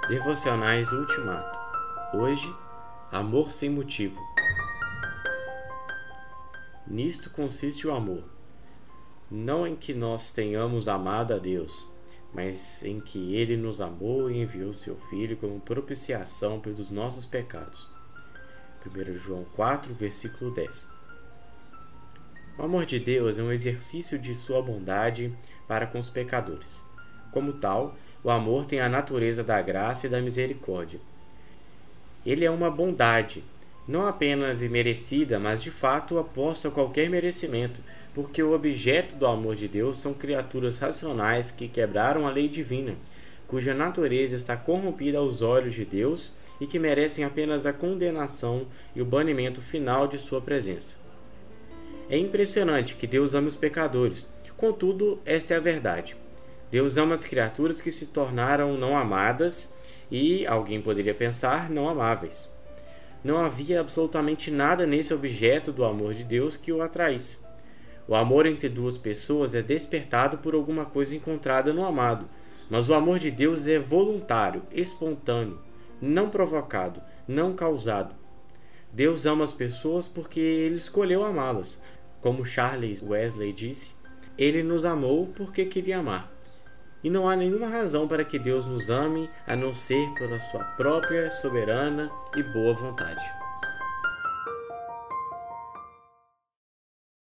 Devocionais Ultimato. Hoje, amor sem motivo. Nisto consiste o amor, não em que nós tenhamos amado a Deus, mas em que Ele nos amou e enviou seu Filho como propiciação pelos nossos pecados. 1 João 4, versículo 10. O amor de Deus é um exercício de sua bondade para com os pecadores. Como tal, o amor tem a natureza da graça e da misericórdia. Ele é uma bondade, não apenas imerecida, mas de fato oposta a qualquer merecimento, porque o objeto do amor de Deus são criaturas racionais que quebraram a lei divina, cuja natureza está corrompida aos olhos de Deus e que merecem apenas a condenação e o banimento final de sua presença. É impressionante que Deus ame os pecadores, contudo, esta é a verdade. Deus ama as criaturas que se tornaram não amadas e, alguém poderia pensar, não amáveis. Não havia absolutamente nada nesse objeto do amor de Deus que o atraísse. O amor entre duas pessoas é despertado por alguma coisa encontrada no amado, mas o amor de Deus é voluntário, espontâneo, não provocado, não causado. Deus ama as pessoas porque Ele escolheu amá-las. Como Charles Wesley disse, Ele nos amou porque queria amar. E não há nenhuma razão para que Deus nos ame a não ser pela sua própria, soberana e boa vontade.